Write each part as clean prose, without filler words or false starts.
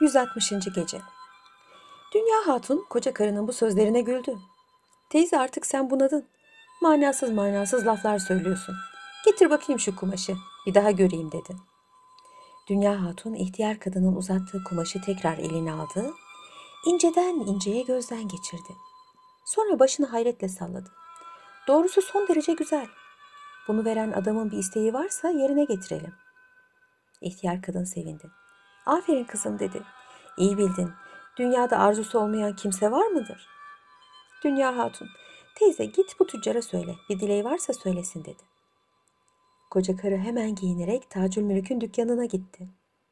160. Gece. Dünya Hatun koca karının bu sözlerine güldü. Teyze, artık sen bunadın. Manasız manasız laflar söylüyorsun. Getir bakayım şu kumaşı, bir daha göreyim dedi. Dünya Hatun ihtiyar kadının uzattığı kumaşı tekrar eline aldı. İnceden inceye gözden geçirdi. Sonra başını hayretle salladı. Doğrusu son derece güzel. Bunu veren adamın bir isteği varsa yerine getirelim. İhtiyar kadın sevindi. Aferin kızım dedi. İyi bildin. Dünyada arzusu olmayan kimse var mıdır? Dünya Hatun, teyze git bu tüccara söyle. Bir dileği varsa söylesin dedi. Koca karı hemen giyinerek Tacülmülük'ün dükkanına gitti.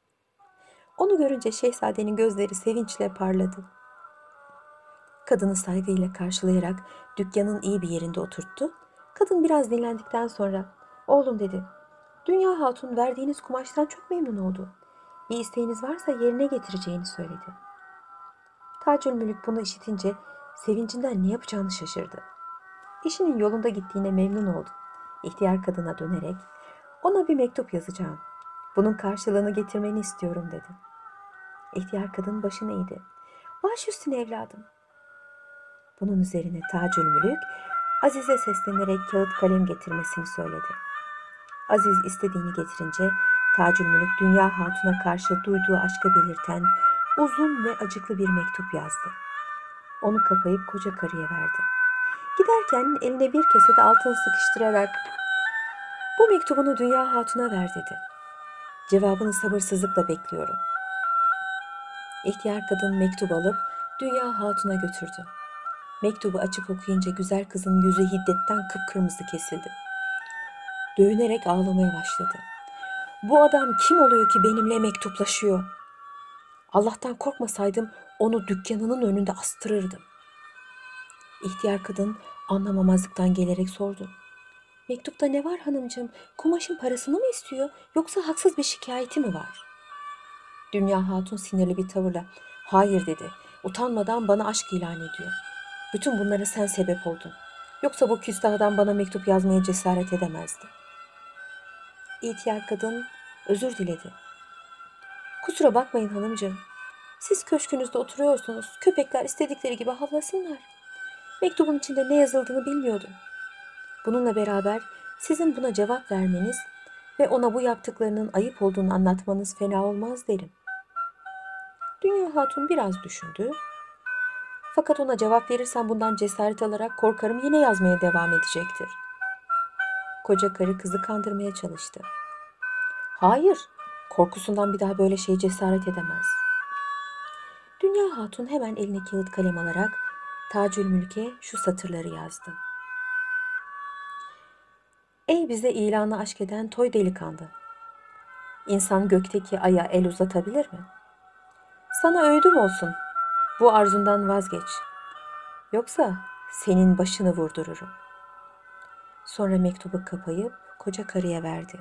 Onu görünce şehzadenin gözleri sevinçle parladı. Kadını saygıyla karşılayarak dükkanın iyi bir yerinde oturttu. Kadın biraz dinlendikten sonra, oğlum dedi, Dünya Hatun verdiğiniz kumaştan çok memnun oldu. Bir isteğiniz varsa yerine getireceğini söyledi. Tacülmülük bunu işitince sevincinden ne yapacağını şaşırdı. İşinin yolunda gittiğine memnun oldu. İhtiyar kadına dönerek, ona bir mektup yazacağım. Bunun karşılığını getirmeni istiyorum dedi. İhtiyar kadın başını eğdi. Baş üstüne evladım. Bunun üzerine Tacülmülük Aziz'e seslenerek kağıt kalem getirmesini söyledi. Aziz istediğini getirince Tacülmülük Dünya Hatun'a karşı duyduğu aşkı belirten uzun ve acıklı bir mektup yazdı. Onu kapayıp koca karıya verdi. Giderken eline bir kese de altın sıkıştırarak bu mektubunu Dünya Hatun'a ver dedi. Cevabını sabırsızlıkla bekliyorum. İhtiyar kadın mektubu alıp Dünya Hatun'a götürdü. Mektubu açıp okuyunca güzel kızın yüzü hiddetten kıpkırmızı kesildi. Dövünerek ağlamaya başladı. Bu adam kim oluyor ki benimle mektuplaşıyor? Allah'tan korkmasaydım onu dükkanının önünde astırırdım. İhtiyar kadın anlamamazlıktan gelerek sordu. Mektupta ne var hanımcığım? Kumaşın parasını mı istiyor yoksa haksız bir şikayeti mi var? Dünya Hatun sinirli bir tavırla hayır dedi. Utanmadan bana aşk ilan ediyor. Bütün bunlara sen sebep oldun. Yoksa bu küstahdan bana mektup yazmaya cesaret edemezdi. İhtiyar kadın özür diledi. Kusura bakmayın hanımcığım. Siz köşkünüzde oturuyorsunuz. Köpekler istedikleri gibi havlasınlar. Mektubun içinde ne yazıldığını bilmiyordum. Bununla beraber sizin buna cevap vermeniz ve ona bu yaptıklarının ayıp olduğunu anlatmanız fena olmaz derim. Dünya Hatun biraz düşündü. Fakat ona cevap verirsem bundan cesaret alarak korkarım yine yazmaya devam edecektir. Koca karı kızı kandırmaya çalıştı. Hayır, korkusundan bir daha böyle şeye cesaret edemez. Dünya Hatun hemen eline kağıt kalem alarak Tacülmülük'e şu satırları yazdı. Ey bize ilanı aşk eden toy delikanlı! İnsan gökteki aya el uzatabilir mi? Sana öğüdüm olsun, bu arzundan vazgeç. Yoksa senin başını vurdururum. Sonra mektubu kapayıp koca karıya verdi.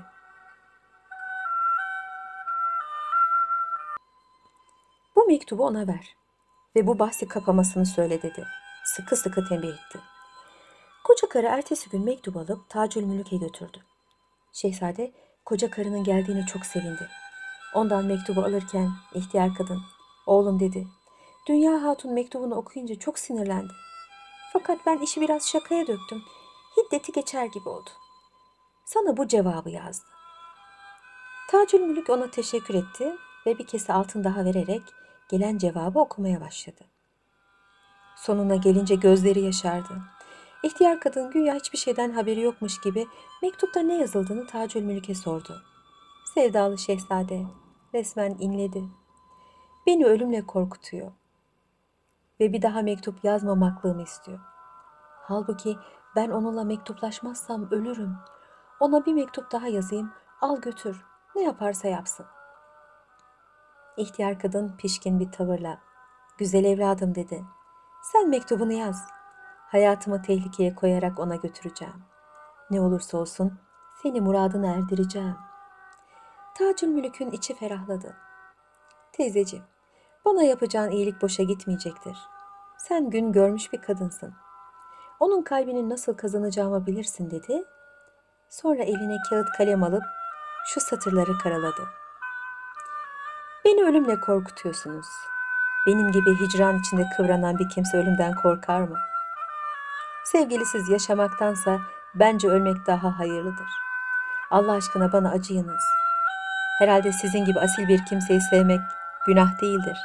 Bu mektubu ona ver ve bu bahsi kapamasını söyle dedi. Sıkı sıkı tembih etti. Koca karı ertesi gün mektubu alıp Tacülmülük'e götürdü. Şehzade koca karının geldiğine çok sevindi. Ondan mektubu alırken ihtiyar kadın, oğlum dedi. Dünya Hatun mektubunu okuyunca çok sinirlendi. Fakat ben işi biraz şakaya döktüm. Hiddeti geçer gibi oldu. Sana bu cevabı yazdı. Tacülmülük ona teşekkür etti ve bir kese altın daha vererek gelen cevabı okumaya başladı. Sonuna gelince gözleri yaşardı. İhtiyar kadın güya hiçbir şeyden haberi yokmuş gibi mektupta ne yazıldığını Tacülmülük'e sordu. Sevdalı şehzade resmen inledi. Beni ölümle korkutuyor ve bir daha mektup yazmamaklığımı istiyor. Halbuki ben onunla mektuplaşmazsam ölürüm. Ona bir mektup daha yazayım, al götür, ne yaparsa yapsın. İhtiyar kadın pişkin bir tavırla, güzel evladım dedi. Sen mektubunu yaz. Hayatımı tehlikeye koyarak ona götüreceğim. Ne olursa olsun seni muradına erdireceğim. Tacülmülük'ün içi ferahladı. Teyzeciğim, bana yapacağın iyilik boşa gitmeyecektir. Sen gün görmüş bir kadınsın. Onun kalbini nasıl kazanacağımı bilirsin dedi. Sonra eline kağıt kalem alıp şu satırları karaladı. Beni ölümle korkutuyorsunuz. Benim gibi hicran içinde kıvranan bir kimse ölümden korkar mı? Sevgilisiz yaşamaktansa bence ölmek daha hayırlıdır. Allah aşkına bana acıyınız. Herhalde sizin gibi asil bir kimseyi sevmek günah değildir.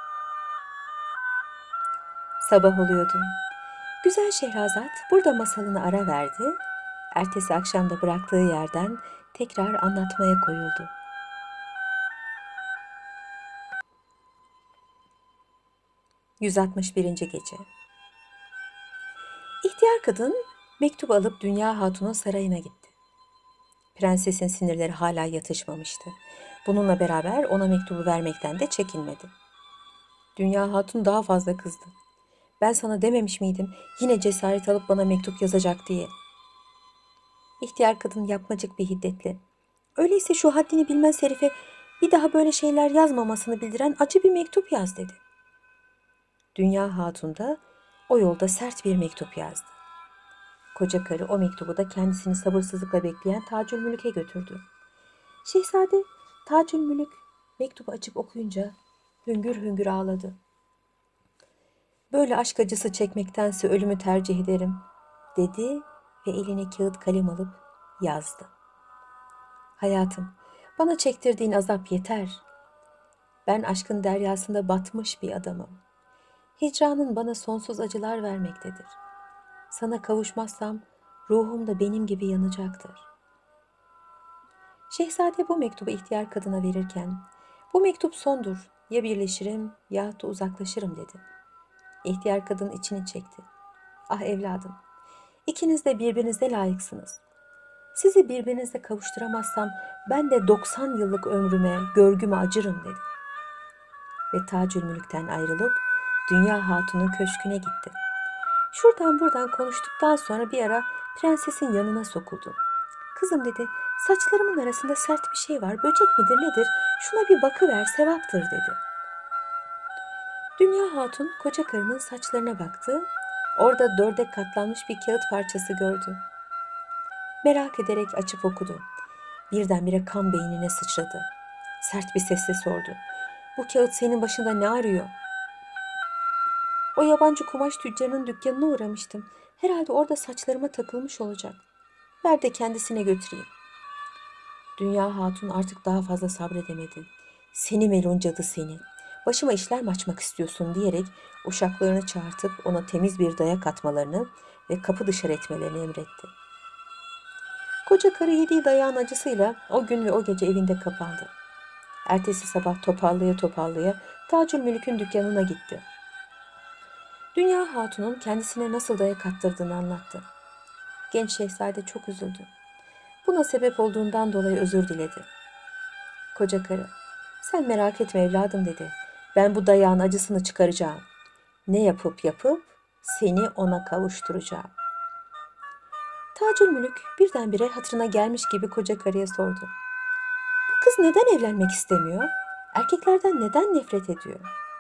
Sabah oluyordu. Güzel Şehrazat burada masalını ara verdi. Ertesi akşam da bıraktığı yerden tekrar anlatmaya koyuldu. 161. Gece. İhtiyar kadın mektup alıp Dünya Hatun'un sarayına gitti. Prensesin sinirleri hala yatışmamıştı. Bununla beraber ona mektubu vermekten de çekinmedi. Dünya Hatun daha fazla kızdı. Ben sana dememiş miydim yine cesaret alıp bana mektup yazacak diye. İhtiyar kadın yapmacık bir hiddetle, öyleyse şu haddini bilmez herife bir daha böyle şeyler yazmamasını bildiren acı bir mektup yaz dedi. Dünya Hatun da o yolda sert bir mektup yazdı. Koca karı o mektubu da kendisini sabırsızlıkla bekleyen Tacülmülük'e götürdü. Şehzade Tacülmülük mektubu açıp okuyunca hüngür hüngür ağladı. Böyle aşk acısı çekmektense ölümü tercih ederim dedi ve eline kağıt kalem alıp yazdı. Hayatım, bana çektirdiğin azap yeter. Ben aşkın deryasında batmış bir adamım. Hicranın bana sonsuz acılar vermektedir. Sana kavuşmazsam ruhum da benim gibi yanacaktır. Şehzade bu mektubu ihtiyar kadına verirken, bu mektup sondur, ya birleşirim yahut da uzaklaşırım dedi. İhtiyar kadın içini çekti. Ah evladım, ikiniz de birbirinize layıksınız. Sizi birbirinize kavuşturamazsam ben de 90 yıllık ömrüme, görgüme acırım dedi. Ve Tacülmülük'ten ayrılıp Dünya Hatun'un köşküne gitti. Şuradan buradan konuştuktan sonra bir ara prensesin yanına sokuldu. Kızım dedi, saçlarımın arasında sert bir şey var, böcek midir nedir, şuna bir bakıver sevaptır dedi. Dünya Hatun koca karının saçlarına baktı, orada dörde katlanmış bir kağıt parçası gördü. Merak ederek açıp okudu. Birdenbire kan beynine sıçradı. Sert bir sesle sordu. Bu kağıt senin başında ne arıyor? O yabancı kumaş tüccarının dükkanına uğramıştım. Herhalde orada saçlarıma takılmış olacak. Ver de kendisine götüreyim. Dünya Hatun artık daha fazla sabredemedi. Seni melun cadı seni. Başıma işler mi açmak istiyorsun diyerek uşaklarını çağırtıp ona temiz bir dayak atmalarını ve kapı dışarı etmelerini emretti. Koca karı yediği dayağın acısıyla o gün ve o gece evinde kapandı. Ertesi sabah topallaya topallaya Tacülmülük'ün dükkanına gitti. Dünya Hatun'un kendisine nasıl dayak attırdığını anlattı. Genç şehzade çok üzüldü. Buna sebep olduğundan dolayı özür diledi. Koca karı, sen merak etme evladım dedi. Ben bu dayağın acısını çıkaracağım. Ne yapıp seni ona kavuşturacağım. Tacülmülük birdenbire hatırına gelmiş gibi koca karıya sordu. Bu kız neden evlenmek istemiyor? Erkeklerden neden nefret ediyor?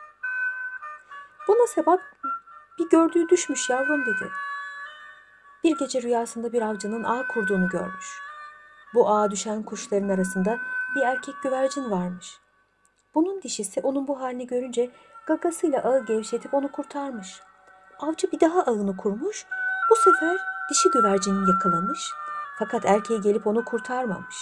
Buna sebep bir gördüğü düşmüş yavrum dedi. Bir gece rüyasında bir avcının ağ kurduğunu görmüş. Bu ağa düşen kuşların arasında bir erkek güvercin varmış. Bunun dişisi onun bu halini görünce gagasıyla ağı gevşetip onu kurtarmış. Avcı bir daha ağını kurmuş, bu sefer dişi güvercini yakalamış fakat erkeği gelip onu kurtarmamış.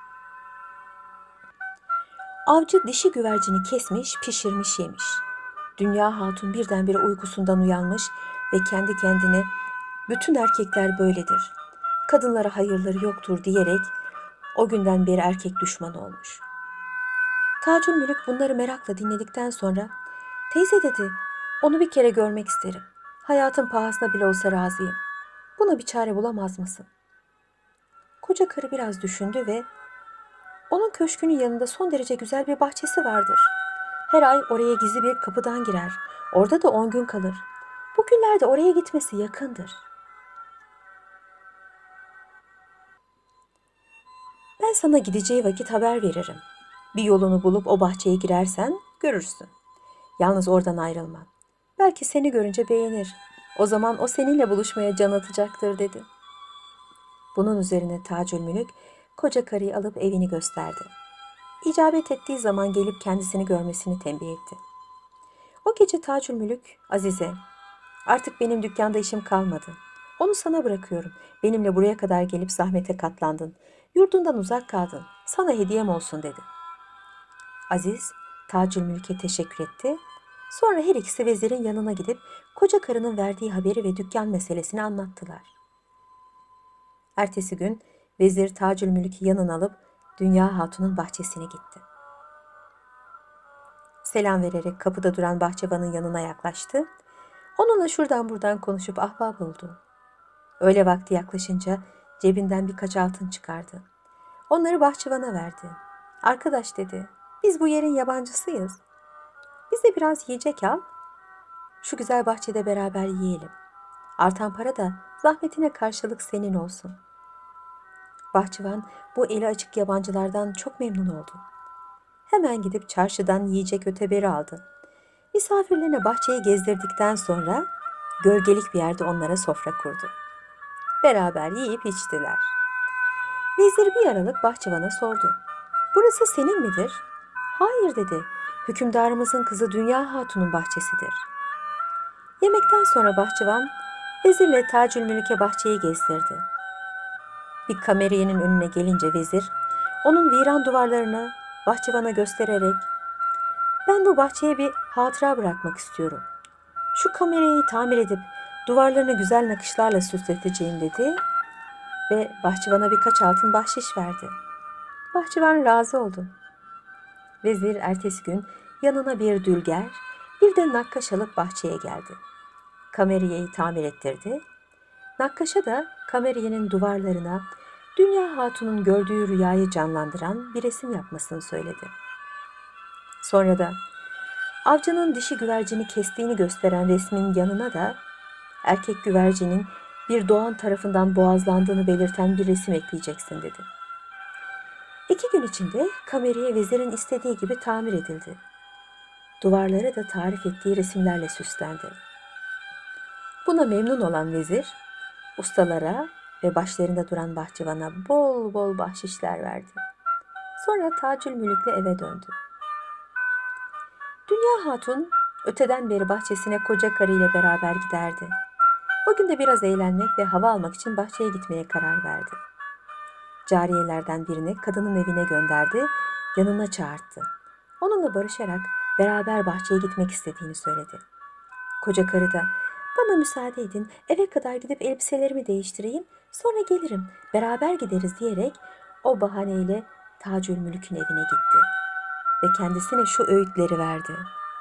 Avcı dişi güvercini kesmiş, pişirmiş yemiş. Dünya Hatun birdenbire uykusundan uyanmış ve kendi kendine bütün erkekler böyledir, kadınlara hayırları yoktur diyerek o günden beri erkek düşmanı olmuş. Tacülmülük bunları merakla dinledikten sonra teyze dedi, onu bir kere görmek isterim. Hayatın pahasına bile olsa razıyım. Buna bir çare bulamaz mısın? Koca karı biraz düşündü ve onun köşkünün yanında son derece güzel bir bahçesi vardır. Her ay oraya gizli bir kapıdan girer. Orada da 10 gün kalır. Bugünlerde oraya gitmesi yakındır. Ben sana gideceği vakit haber veririm. Bir yolunu bulup o bahçeye girersen görürsün. Yalnız oradan ayrılma. Belki seni görünce beğenir. O zaman o seninle buluşmaya can atacaktır dedi. Bunun üzerine Tacülmülük koca karıyı alıp evini gösterdi. icabet ettiği zaman gelip kendisini görmesini tembih etti. O gece Tacülmülük Azize, "Artık benim dükkanda işim kalmadı. Onu sana bırakıyorum. Benimle buraya kadar gelip zahmete katlandın. Yurdundan uzak kaldın. Sana hediyem olsun," dedi. Aziz, Tacülmülük'e teşekkür etti. Sonra her ikisi vezirin yanına gidip koca karının verdiği haberi ve dükkan meselesini anlattılar. Ertesi gün vezir Tacülmülük'ü yanına alıp Dünya Hatun'un bahçesine gitti. Selam vererek kapıda duran bahçıvanın yanına yaklaştı. Onunla şuradan buradan konuşup ahbap oldu. Öğle vakti yaklaşınca cebinden birkaç altın çıkardı. Onları bahçıvana verdi. "Arkadaş," dedi, "biz bu yerin yabancısıyız. Bize biraz yiyecek al. Şu güzel bahçede beraber yiyelim. Artan para da zahmetine karşılık senin olsun." Bahçıvan bu eli açık yabancılardan çok memnun oldu. Hemen gidip çarşıdan yiyecek öteberi aldı. Misafirlerine bahçeyi gezdirdikten sonra gölgelik bir yerde onlara sofra kurdu. Beraber yiyip içtiler. Vezir bir aralık bahçıvana sordu. "Burası senin midir?" "Hayır," dedi. "Hükümdarımızın kızı Dünya Hatun'un bahçesidir." Yemekten sonra bahçıvan vezirle Tacülmülük'e bahçeyi gezdirdi. Bir kameriyenin önüne gelince vezir onun viran duvarlarını bahçıvana göstererek "Ben bu bahçeye bir hatıra bırakmak istiyorum. Şu kameriyeyi tamir edip duvarlarını güzel nakışlarla süsleteceğim," dedi ve bahçıvana birkaç altın bahşiş verdi. Bahçıvan razı oldu. Vezir ertesi gün yanına bir dülger, bir de nakkaş alıp bahçeye geldi. Kameriyeyi tamir ettirdi. Nakkaşa da kameriyenin duvarlarına Dünya Hatun'un gördüğü rüyayı canlandıran bir resim yapmasını söyledi. Sonra da avcının dişi güvercini kestiğini gösteren resmin yanına da erkek güvercinin bir doğan tarafından boğazlandığını belirten bir resim ekleyeceksin, dedi. 2 gün içinde kameriye vezirin istediği gibi tamir edildi. Duvarları da tarif ettiği resimlerle süslendi. Buna memnun olan vezir, ustalara ve başlarında duran bahçıvana bol bol bahşişler verdi. Sonra Tacülmülük'le eve döndü. Dünya Hatun öteden beri bahçesine koca karıyla beraber giderdi. O gün de biraz eğlenmek ve hava almak için bahçeye gitmeye karar verdi. Cariyelerden birini kadının evine gönderdi, yanına çağırdı. Onunla barışarak beraber bahçeye gitmek istediğini söyledi. Koca karı da "Bana müsaade edin, eve kadar gidip elbiselerimi değiştireyim, sonra gelirim, beraber gideriz," diyerek o bahaneyle Tacülmülük'ün evine gitti ve kendisine şu öğütleri verdi.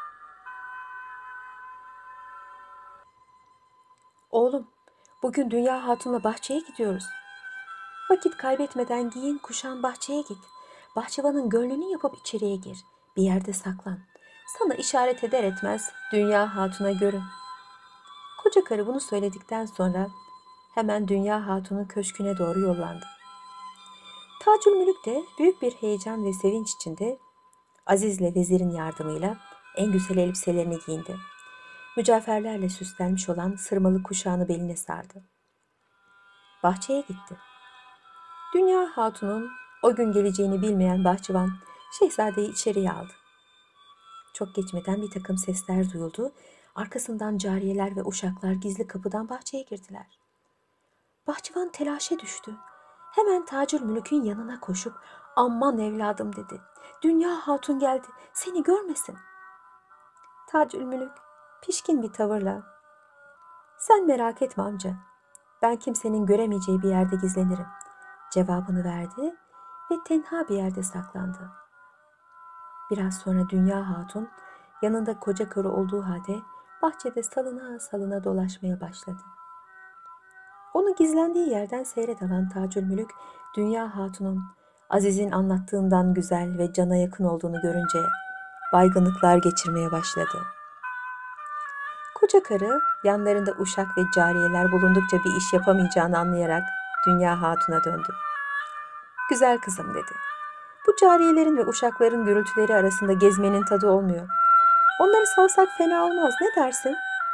"Oğlum, bugün Dünya Hatun'la bahçeye gidiyoruz. Vakit kaybetmeden giyin, kuşan, bahçeye git. Bahçıvanın gönlünü yapıp içeriye gir. Bir yerde saklan. Sana işaret eder etmez Dünya Hatun'a görün." Koca karı bunu söyledikten sonra hemen Dünya Hatun'un köşküne doğru yollandı. Tacülmülük de büyük bir heyecan ve sevinç içinde Aziz'le vezirin yardımıyla en güzel elbiselerini giyindi. Mücevherlerle süslenmiş olan sırmalı kuşağını beline sardı. Bahçeye gitti. Dünya Hatun'un o gün geleceğini bilmeyen bahçıvan şehzadeyi içeriye aldı. Çok geçmeden bir takım sesler duyuldu. Arkasından cariyeler ve uşaklar gizli kapıdan bahçeye girdiler. Bahçıvan telaşa düştü. Hemen Tacülmülük'ün yanına koşup "Aman evladım," dedi. "Dünya Hatun geldi, seni görmesin." Tacülmülük pişkin bir tavırla "Sen merak etme amca, ben kimsenin göremeyeceği bir yerde gizlenirim," cevabını verdi ve tenha bir yerde saklandı. Biraz sonra Dünya Hatun yanında koca karı olduğu halde bahçede salına salına dolaşmaya başladı. Onu gizlendiği yerden seyret alan Tacülmülük, Dünya Hatun'un Aziz'in anlattığından güzel ve cana yakın olduğunu görünce baygınlıklar geçirmeye başladı. Koca karı yanlarında uşak ve cariyeler bulundukça bir iş yapamayacağını anlayarak Dünya Hatun'a döndü. "Güzel kızım," dedi. "Bu cariyelerin ve uşakların gürültüleri arasında gezmenin tadı olmuyor. Onları savsak fena olmaz, ne dersin?"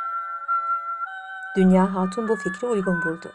Dünya Hatun bu fikri uygun buldu.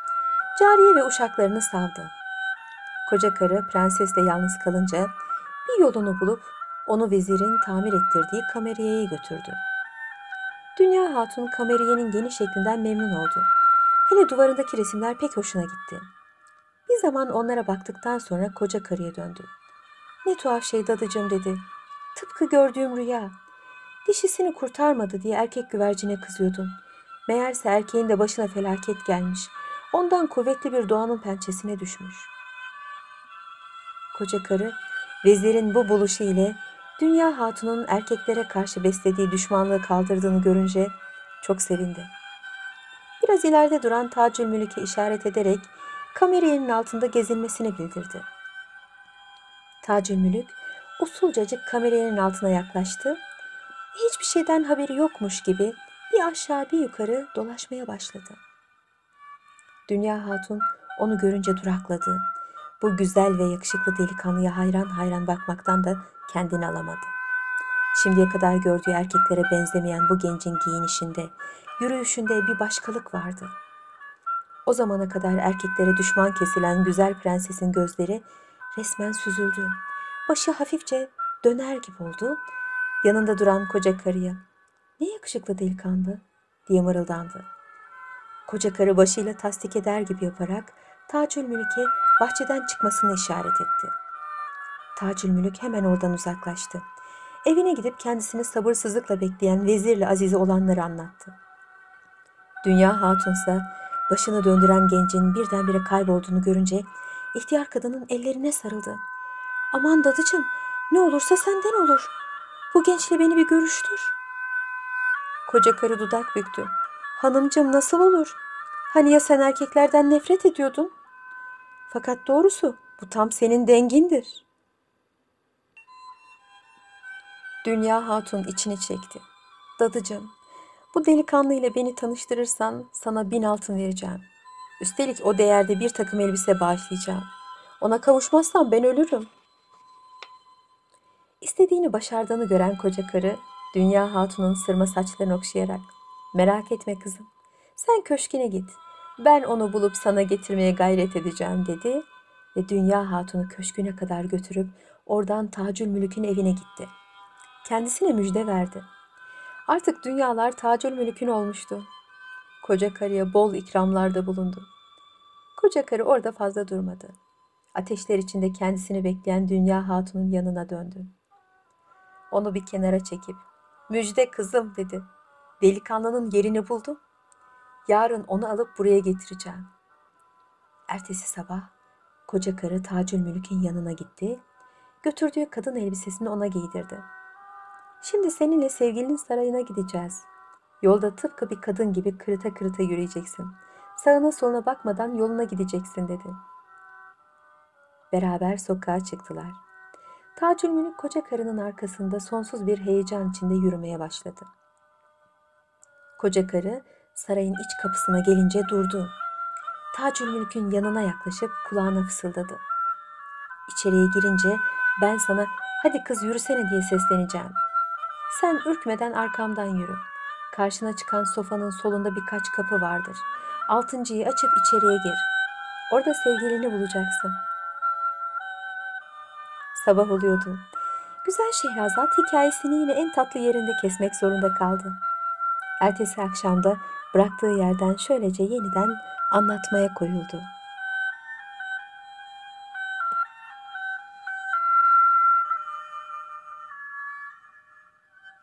Cariye ve uşaklarını savdı. Koca karı prensesle yalnız kalınca bir yolunu bulup onu vezirin tamir ettirdiği kameriyeye götürdü. Dünya Hatun kameriyenin geniş şeklinden memnun oldu. Hele duvarındaki resimler pek hoşuna gitti. Bir zaman onlara baktıktan sonra koca karıya döndü. Ne tuhaf şey dadıcığım dedi. Tıpkı gördüğüm rüya. Dişisini kurtarmadı diye erkek güvercine kızıyordun. Meğerse erkeğin de başına felaket gelmiş. Ondan kuvvetli bir doğanın pençesine düşmüş. Koca karı, vezirin bu buluşu ile Dünya Hatun'un erkeklere karşı beslediği düşmanlığı kaldırdığını görünce çok sevindi. Biraz ileride duran Tacülmülük'e işaret ederek kameriyenin altında gezinmesini bildirdi. Tacülmülük usulcacık kameriyenin altına yaklaştı. Hiçbir şeyden haberi yokmuş gibi bir aşağı bir yukarı dolaşmaya başladı. Dünya Hatun onu görünce durakladı. Bu güzel ve yakışıklı delikanlıya hayran hayran bakmaktan da kendini alamadı. Şimdiye kadar gördüğü erkeklere benzemeyen bu gencin giyinişinde, yürüyüşünde bir başkalık vardı. O zamana kadar erkeklere düşman kesilen güzel prensesin gözleri resmen süzüldü. Başı hafifçe döner gibi oldu. Yanında duran koca karıya "Ne yakışıklı delikanlı" diye mırıldandı. Koca karı başıyla tasdik eder gibi yaparak Tacülmülük'e bahçeden çıkmasını işaret etti. Tacülmülük hemen oradan uzaklaştı. Evine gidip kendisini sabırsızlıkla bekleyen vezirle Azize olanları anlattı. Dünya Hatun ise başını döndüren gencin birdenbire kaybolduğunu görünce ihtiyar kadının ellerine sarıldı. "Aman dadıcığım, ne olursa senden olur. Bu gençle beni bir görüştür." Koca karı dudak büktü. "Hanımcığım, nasıl olur? Hani ya sen erkeklerden nefret ediyordun? Fakat doğrusu bu tam senin dengindir." Dünya Hatun içini çekti. "Dadıcığım, bu delikanlı ile beni tanıştırırsan sana 1000 altın vereceğim. Üstelik o değerde bir takım elbise bağışlayacağım. Ona kavuşmazsam ben ölürüm." İstediğini başardığını gören koca karı, Dünya Hatun'un sırma saçlarını okşayarak, "Merak etme kızım, sen köşkine git. Ben onu bulup sana getirmeye gayret edeceğim," dedi ve Dünya Hatun'u köşküne kadar götürüp oradan Tacülmülük'ün evine gitti. Kendisine müjde verdi. Artık dünyalar Tacülmülük'ün olmuştu. Koca karıya bol ikramlarda bulundu. Koca karı orada fazla durmadı. Ateşler içinde kendisini bekleyen Dünya Hatun'un yanına döndü. Onu bir kenara çekip, "Müjde kızım," dedi. "Delikanlının yerini buldum. Yarın onu alıp buraya getireceğim." Ertesi sabah koca karı Tacülmülük'ün yanına gitti. Götürdüğü kadın elbisesini ona giydirdi. "Şimdi seninle sevgilinin sarayına gideceğiz. Yolda tıpkı bir kadın gibi kırıta kırıta yürüyeceksin. Sağına soluna bakmadan yoluna gideceksin," dedi. Beraber sokağa çıktılar. Tacülmülük koca karının arkasında sonsuz bir heyecan içinde yürümeye başladı. Koca karı sarayın iç kapısına gelince durdu. Tacülmülk'ün yanına yaklaşıp kulağına fısıldadı. "İçeriye girince ben sana 'Hadi kız yürüsene,' diye sesleneceğim. Sen ürkmeden arkamdan yürü. Karşına çıkan sofanın solunda birkaç kapı vardır. Altıncıyı açıp içeriye gir. Orada sevgilini bulacaksın." Sabah oluyordu. Güzel Şehrazat hikayesini yine en tatlı yerinde kesmek zorunda kaldı. Ertesi akşamda bıraktığı yerden şöylece yeniden anlatmaya koyuldu.